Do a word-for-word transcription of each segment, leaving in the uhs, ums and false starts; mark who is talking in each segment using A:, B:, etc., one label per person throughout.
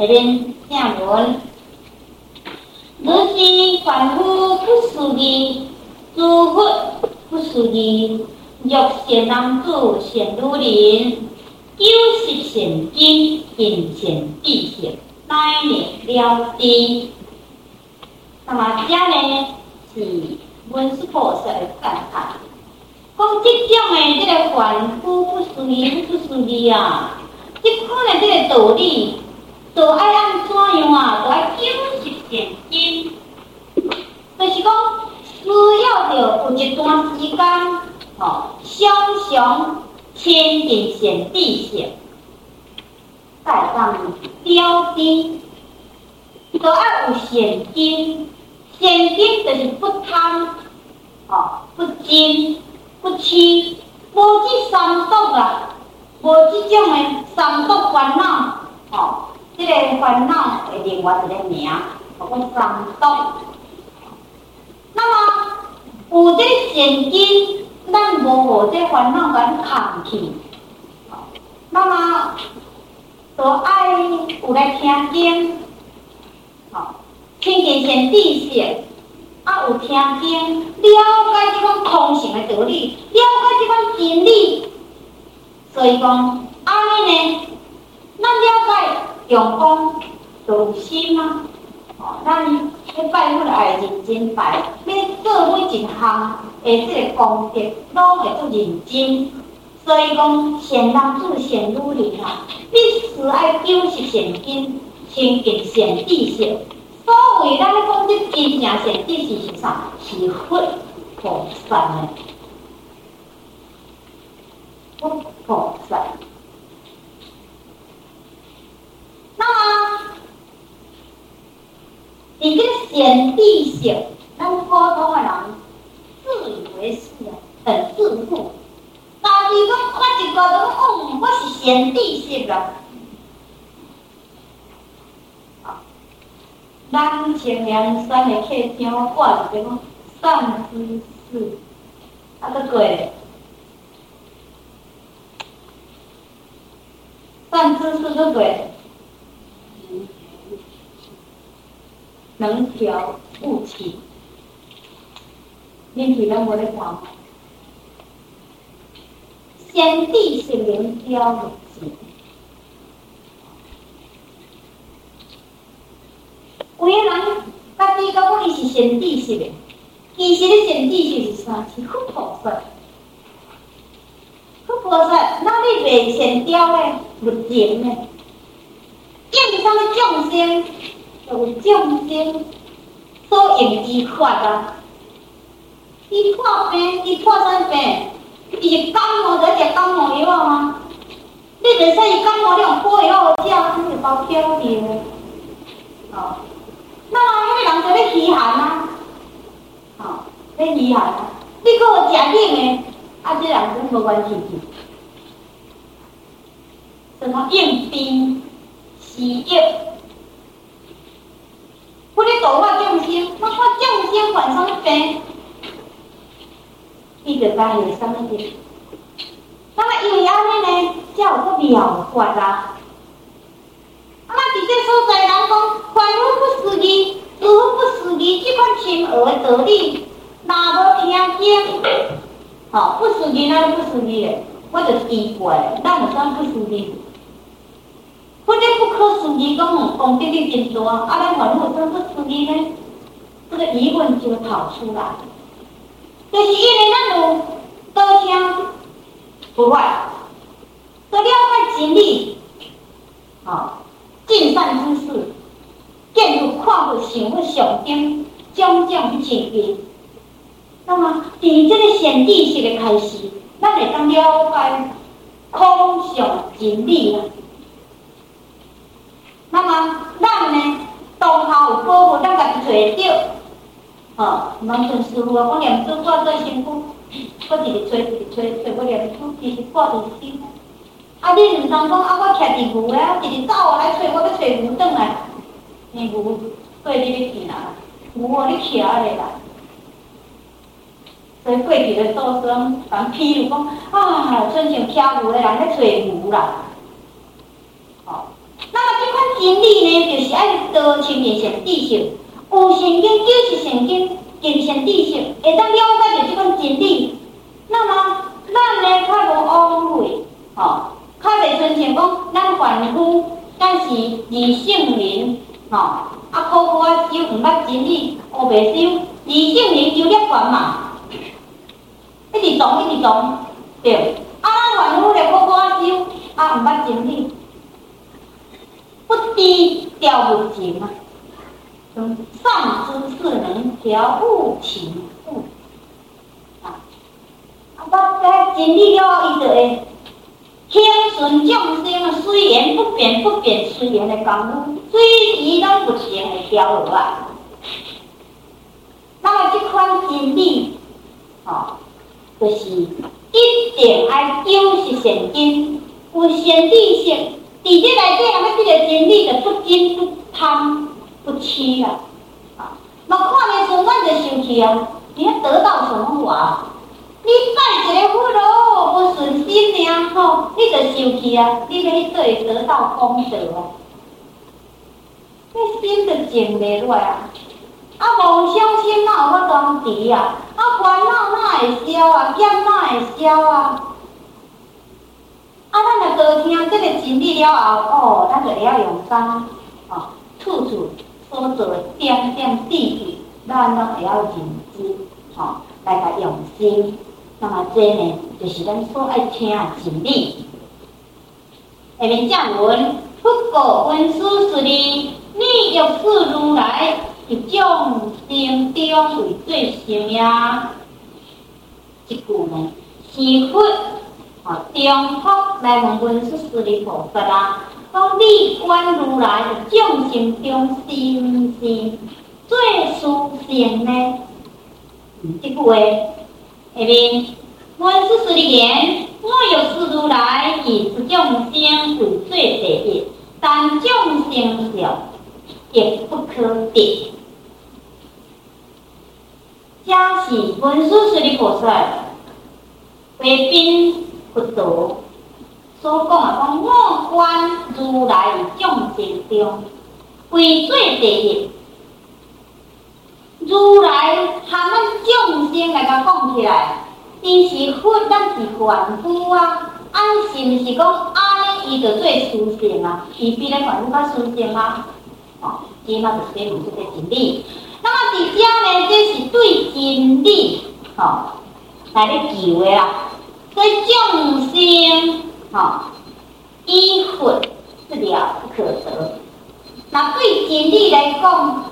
A: 下面正文：如是凡夫不思议，诸佛不思议。若善男子、善女人，九十善根，行善知识，乃灭了知。那么这呢是文殊菩萨的赞叹。讲这种的这个凡夫不思议、不思议啊，这款的这个道理，就爱按怎样啊？就爱九十善根，就是讲需要着有一段时间，吼、哦，常常亲近善知识，才会当了知。就爱有善根，善根就是不贪，哦，不矜。不痴，无这三毒啊，无这种的三毒烦恼，哦，这个烦恼的另外一个名，叫做三毒。那么有这善根，咱无互这烦恼甲抗去，哦，那么就爱有来听经，哦，亲近善知识。啊，有听经，了解这款空性的道理，了解这款真理，所以讲，安尼呢，咱了解用功就有心啊。哦，咱要拜佛爱认真拜，要做每一项的这个功德，拢会做认真。所以讲，善男子、善女人啊，必须爱九十善根，亲近善知识。所谓咱咧讲这真正善知识是啥？是佛菩萨的，佛菩萨。那么，伫这个善知识，咱普通的人自以为是啊，很自负。但是讲看一个都讲，哦，我是善知识啦。咱前两三个课听我挂一个讲善知识，啊，个过善知识个过，能调物气，恁是咱无咧看，善知识能调物气。有个人家己讲伊是善知识的，其实咧善知识是啥？是佛菩萨。佛菩萨哪里袂善调咧？有情咧，应啥物众生，就有众生所用之法啊。伊破病，伊破啥病？伊是感冒就食感冒药啊吗？你袂使伊感冒你用补药食，你就包飘掉咧。哦。那么，迄个人就咧虚寒啊，吼、哦，咧虚寒啊。你搁有食冷的，啊，这人真无关系去。什么应病施药，我咧度我众生，我看众生患啥物病，伊就知伊啥物病。那么因为安尼呢，才有个妙法啊。啊，伫这所在人讲，凡夫不思议，诸佛不思议，这款深奥的道理，若无听经，吼、哦，不思议哪不思议嘞？我就奇怪，咱有啥不思议？或者不可思议讲，功德力真大，啊，咱凡夫有啥不思议呢？这个疑问就跑出来，就是因为咱有多听不坏，都了解真理，吼、哦。尽善之事，见有看佛、想佛、上经，种种去清净。那么，伫这个善知识的开始，咱会当了解空相真理啊。那么，咱呢，当下有保护，咱家己找得到。哦，唔通像师傅啊，讲念珠挂在身躯，我一直找一直找，找不念珠，其实挂伫心。啊！你唔通讲啊！我徛伫牛咧，一日走来找，我要找牛转来，你牛对你要去哪？牛哦，你徛咧啦。所以过去的道士人譬如讲啊，真像徛牛的人咧找牛啦。哦， 那么这款真理呢，就是爱多亲的成知识，有圣经就是圣经，就是成知识，会当了解到这款真理。那么咱呢，较无误会，吼、哦，较袂纯像讲咱凡夫，咱是二圣人，吼、哦，啊苦苦啊修，毋捌真理，学袂修，二圣人优劣悬嘛，一直撞一直撞，对。啊，咱凡夫咧苦苦啊修，啊毋捌真理。不低调不行啊，上知是能调物情物啊！啊，我在经历了伊就会轻顺众生啊，虽然不变不变，虽然的功夫，随时咱不行会调落来。那么这款真理，哦，就是一定爱就是圣经，有先知性。伫这内底，咱要这个真理就不惊不贪不欺啦，啊！嘛看的时阵，咱就生气啊！你要得到什么话？你拜一个佛咯，不顺心尔吼，你就生气啊！你要去做会得到功德啊？你心就静袂落来啊！啊，妄想心哪有法当治啊？啊，烦恼哪会消啊？业哪会消啊？啊，咱若多听这个真理了后，哦，咱就会晓用心，哦，处处所做的点点滴滴，咱拢会晓认知，哦，来甲用心。那么这呢，就是咱所爱听的真理。下面正文：不过文殊师利，你欲视如来，一众生中为最胜呀。这句呢，是佛。哦，中福来问文殊师利菩萨啊，讲你观如来众生中是毋是最殊胜呢？嗯，这句话下面文殊师利言：我欲视如来，以诸众生为最第一，但众生小，亦不可得。这是文殊师利菩萨为宾。佛陀所讲啊，讲我观如来众生中为最第一，如来含咱众生来甲讲起来，伊是佛，咱是凡夫啊，啊是毋是讲安尼伊就最殊胜啊？伊比咱凡夫较殊胜啊？哦，即嘛就说明这个真理。那么伫遮呢，这是对真理，吼、哦，来咧求的啦。所以众生，吼、哦，依佛是了不可得。那对真理来讲，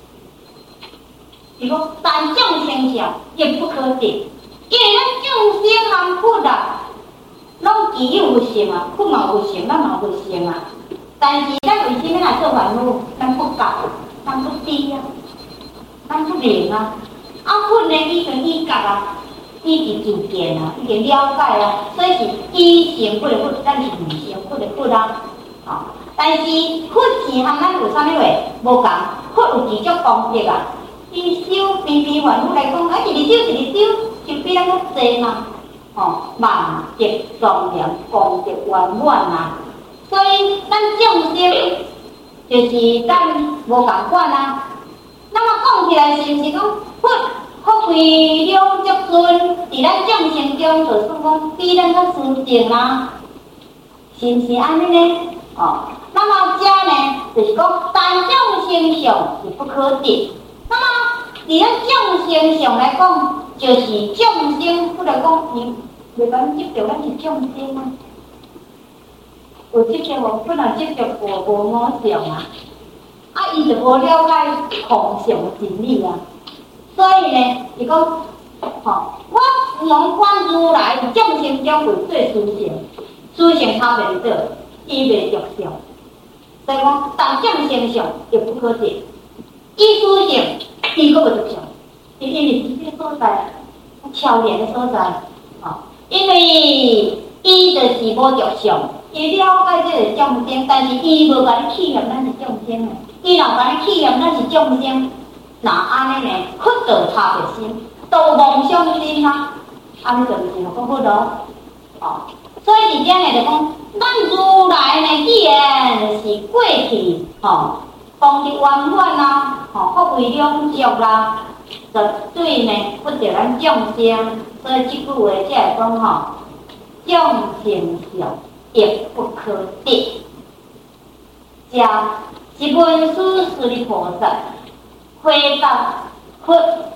A: 是讲但众生上亦不可得，因为咱众生含佛啊，拢具有佛性啊，佛嘛有性，咱嘛有性啊。但是咱为什么来做凡夫？咱不够，咱不知啊，咱不明啊。啊，佛呢，伊就伊觉啊。已经自见啊，已经了解啊，所以是依成佛的佛，咱是唔成佛的佛啊。哦，但是佛性和咱有啥物话无共，佛有自足功德啊。伊修比比凡夫来讲，啊，一日修一日修，就比咱较济嘛。哦，万德庄严，功德圆满啊。所以咱众生就是咱无共款啊。那么讲起来是毋是讲佛？福慧量足顺，伫咱众生中就算讲比咱较殊胜啊，是毋是安尼呢？哦，那么遮呢，就是讲但众生上是不可得。那么伫咱众生上来讲，就是众生，不来讲，你袂讲接着咱是众生啊。有接着无？不能接着无无我相啊，啊，伊就无了解空相真理啊。所以呢，是讲，吼、哦，我能观如来众生中为最殊胜，殊胜他袂得，伊袂着相。所以讲，但众生上亦不可得，伊殊胜，伊阁袂着相，因为是这个所在，超然的所在，吼、哦，因为伊就是无着相，伊了解这个众生，但是伊无甲你起念咱是众生的，伊若甲你起念咱是众生。那安尼呢？佛道差别心，都妄想心啊，安尼就毋是讲佛道哦。 所以伫遮呢，就讲咱如来呢，既然是过去吼，功德圆满啦，吼，福慧两足啦，就对呢，不着咱众生。所以即句话才会讲吼，众生相亦不可得。遮是文殊师利菩萨回答佛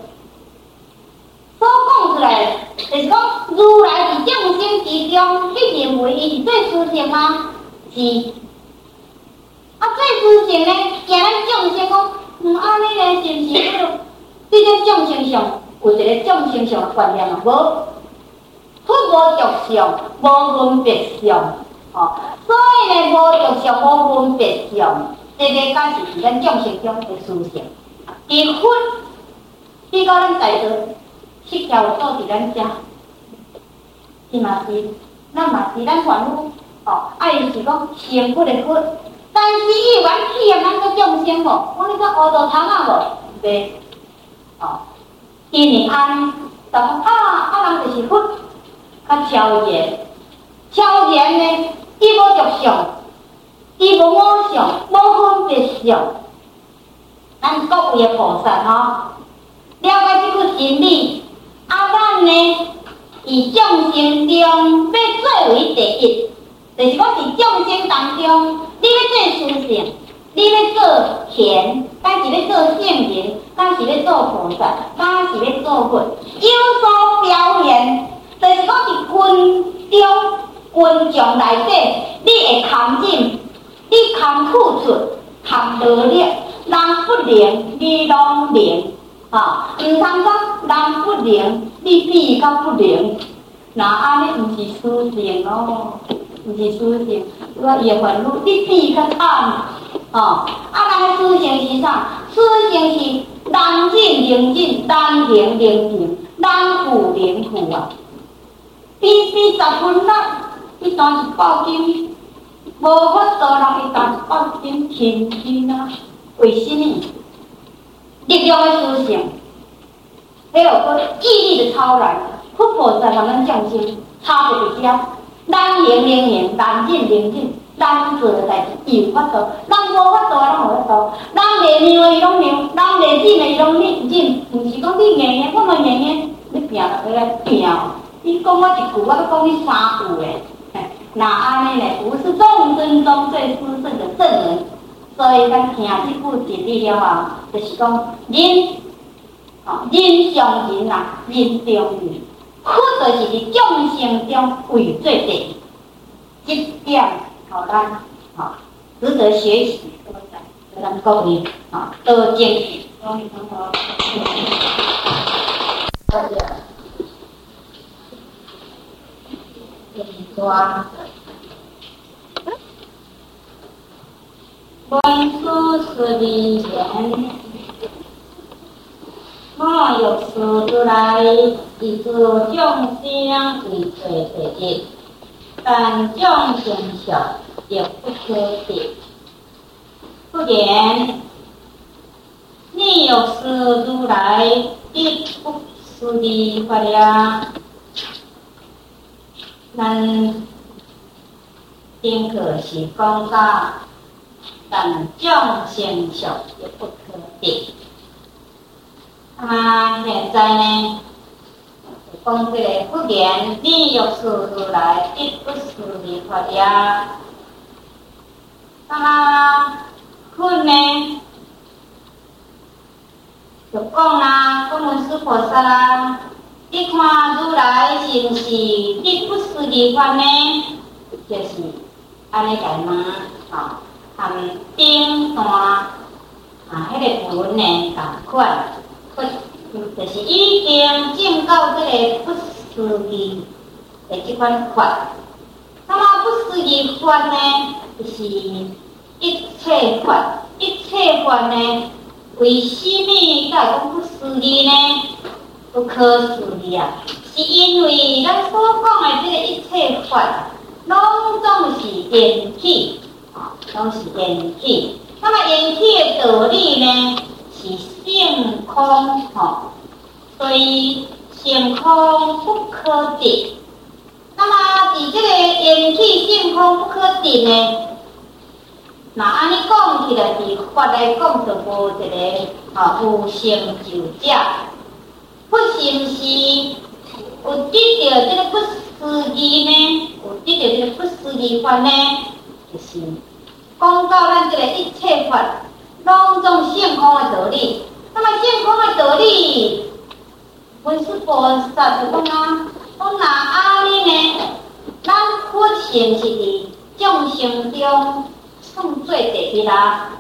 A: 所讲出来，就是讲如来伫众生之中，你认为伊是最殊胜吗？是。啊，最殊胜呢，惊咱众生讲，嗯，安尼呢，是毋是迄个对这众生上有一个众生上的观念啊？无，佛无着相，无分别相，哦，所以呢，无着相，无分别相，这个才是伫咱众生中的殊胜。伫佛，比到咱在座。七条做伫咱遮，是嘛是？咱嘛是咱凡夫哦，啊伊是讲成佛的佛，但是伊有咱体验咱个众生无？我你个乌道虫啊无？袂哦，因为安尼，就讲啊啊人就是佛，较超然，超然呢，伊无着相，伊无我相，无分别相，咱各位的菩萨吼，了解即句真理。啊，咱呢，以众生中要作为第一，就是讲伫众生当中，你要做殊胜，你要做贤，敢是要做圣人，敢是要做菩萨，敢是要做佛，有所表现，就是讲伫群中群众内底，你会扛进，你扛付出，扛得力，人不灵，你拢灵。啊，毋通讲人不灵，你比伊较不灵，那安尼毋是殊胜咯，毋是殊胜。我伊会烦恼，你比伊较惨，吼、哦。啊，咱殊胜是啥？殊胜是人进灵进，人行灵行，人富灵富啊。比比十分力，伊当一百斤，无法度人伊当一百斤轻轻啊？为什么？力量的殊胜，还有个毅力的超然，佛菩萨同咱众生差别伫遮，咱灵灵灵，人进灵进，咱做的代志伊有法度，咱无法度的咱无法度，咱袂妙的伊拢妙，咱袂进的伊拢进，毋是讲你硬硬，我嘛硬硬，你拼落来拼哦。你讲我一句，我都讲你三句诶，那安尼呢？不是众生中最殊胜的圣人。所以咱听即句真理了后，就是讲人，哦，人上人啦，人中人，佛就是伫众生中为最第一，这点互咱吼值得学习，多在给咱各位啊多坚持。阿弥陀佛。大家，抓。文殊师利言：我欲使如来以诸众生为最第一，但众生相亦不可得。不然，你欲使如来亦不思利法呀？咱丁可是讲到。但众生相也不可得。啊，现在呢，讲这个不言，你欲使如来，亦不思利法呀。啊，困呢，就讲啦，讲文殊菩萨啦，你看如来是毋是亦不思利法呢？就是安尼来问，吼。含顶段啊，迄个文呢同款，不就是已经证到这个不思议的这款法。那么不思议法呢，就是一切法，一切法呢，为什么才讲不思议呢？不可思议啊！是因为咱所讲的这个一切法，拢总是缘起。拢是缘起，那么缘起的道理呢是性空吼，所以性空不可得。 那么伫这个缘起性空不可定的，那安尼讲起来，伫法来讲就无一个啊有成就者。不心是有得到这个不思议呢？有得到这个不思议法呢？就是讲到咱这个一切法，拢总性空的道理。那么性空的道理，文殊菩萨就讲啊，讲若安尼呢，咱佛性是伫众生中创做第一啦。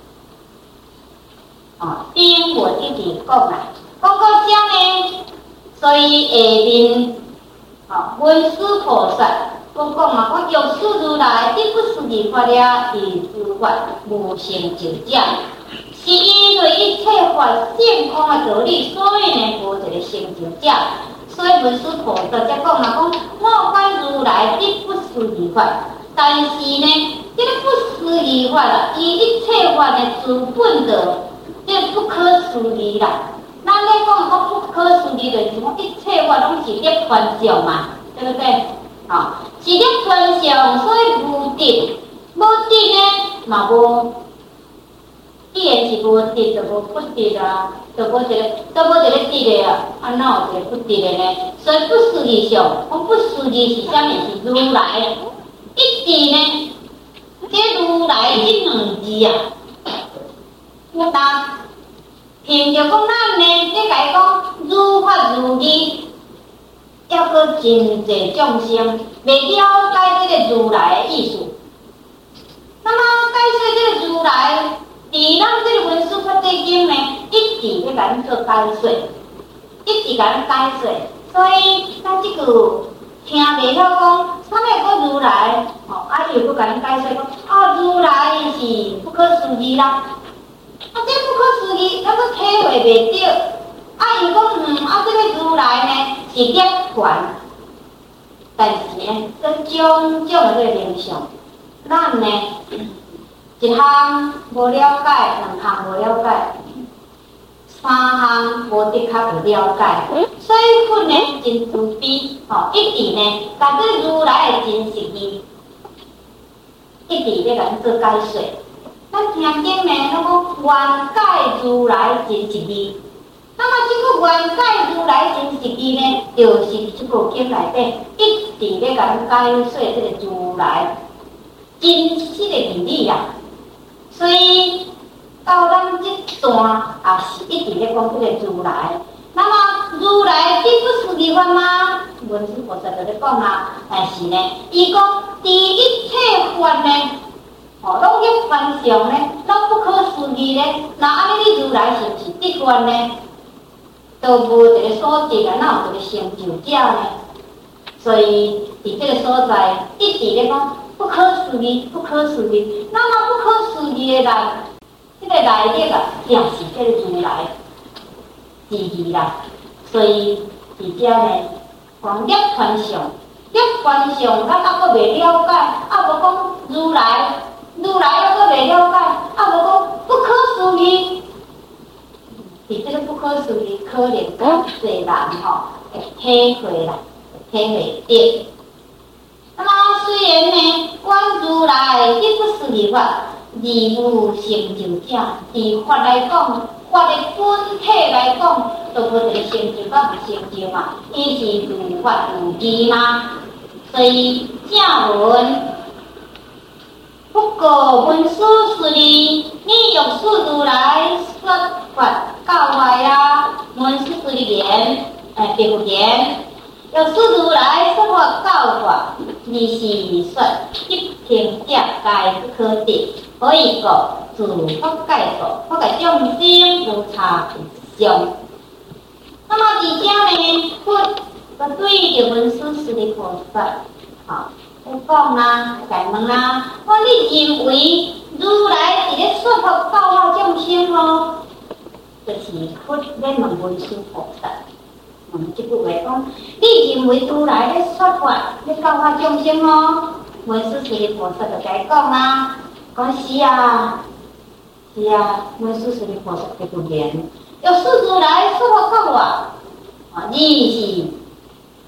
A: 哦，并我一直讲啊，讲到这呢，所以下面哦，文殊菩萨我讲啊，我药师如来一不思议法了，以诸法无成就者。是因为一切法性空的道理，所以呢无一个成就者。所以文殊菩萨才讲啊，讲莫观如来一不思议法。但是呢，这个不思议法啦，伊一切法的自本的，这不可思议啦。咱咧讲讲不可思议，就是讲一切法拢是咧幻象嘛，对不对？啊、哦，是咧幻象，所以无得，无得呢嘛无。既然是无得，就无不得啦，就无一个，就无一个得的啊，啊哪有一个不得的呢？所以不思议上，我不思议是啥物？是如来，一直呢，这如来这两字啊，我答，凭着讲咱呢，这甲伊讲如法如义，要搁真济众生未了解这个如来的意思，那么解说这个如来。伫咱这个文殊法界经呢，一直咧甲咱做解说，一直甲咱解说，所以咱即句听袂晓讲，啥物个如来？吼、哦，啊伊又搁甲咱解说讲，啊如来是不可思议啦，啊这不可思议，咱搁体会袂着，啊伊讲嗯，啊这个如来呢是涅槃，但是呢，跟种种的这个形象，咱呢。一项无了解，两项无了解，三项无的确有了解，所以佛呢真慈悲，吼，一直呢把这如来的真实义，一直咧甲咱做解说。咱听经呢，那个原解如来真实义，那么这个原解如来真实义呢，就是这部经内底一直咧甲咱解说这个如来真实的义理啊。所以到咱这段也是一直咧讲这个如来。那么如来这不思议法吗？文殊菩萨就咧讲啊，但是呢，伊讲伫一切法呢，吼、哦，拢迄幻象呢，拢不可思议呢。那安尼你如来是不是得观呢？都无一个所得啊，哪有一个成就者呢？所以伫这个所在一直咧讲。不可思议，不可思议。那么不可思议的人，这个内力啊，也是这个如来之义啦。所以伫遮呢，讲涅槃相，涅槃相，咱还阁未了解，啊无讲如来，如来还阁未了解，啊无讲不可思议。伫这个不可思议，可能较侪人吼会体会啦，会体会得。那么虽然呢，观如来一不思议法，而无成就者。伫法来讲，法的本体来讲，都无一个成就，甲无成就嘛。伊是如法如义嘛。所以正文不过文殊师利，你欲使如来说法教化呀。文殊师利言，诶，别不言。欲使如来说法教化，而是说一听者皆不可得，可以个自法界个，法界众生无差别相。那么伫遮呢，佛就对着文殊师利菩萨，啊，我讲啦，解问啦，我你认为如来伫咧说法教化众生咯？就是佛咧问文殊菩萨。嗯，即句话讲，你认为如来咧说法咧教化众生哦？文殊师利菩萨就甲伊讲啦，讲是啊，是啊，文殊师利菩萨就不言，欲使如来说法教化，啊，你是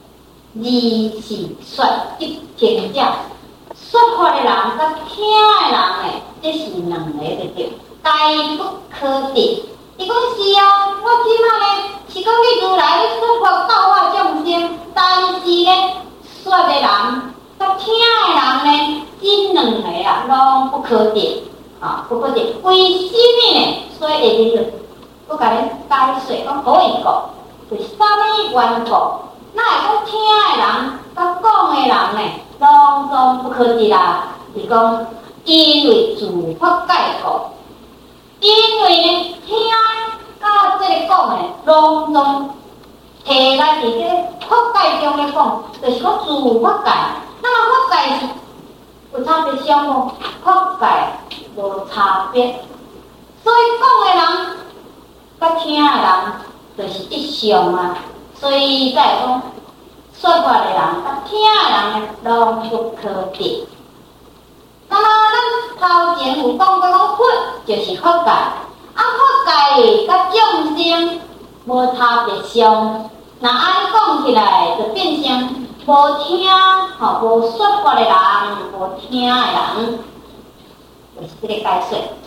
A: 二是说一听者，说法的人甲听的人诶，这是两个就对，概不可得。伊讲是啊，我即摆咧是讲你如来你说法教化众生，但是咧说的人甲听的人咧，这两个啊，拢不可得啊，不可得。为什么呢？所以下日我甲你解释讲可以讲，就是啥物缘故？那会讲听的人甲讲的人呢，拢总不可得啦。是讲因为自发解构，因为呢听甲这个讲的，拢总摕来伫这个法界中咧讲，就是讲自发界。那么法界是有差别啥无？法界无差别，所以讲的人甲听的人就是一样啊。所以才会讲说法的人甲听的人呢，拢不可得。那么咱头前有讲过，讲佛就是法界，啊法界甲众生无差别相。那安尼讲起来，就变成无听吼，无说法的人，无听的人，就是这个解说。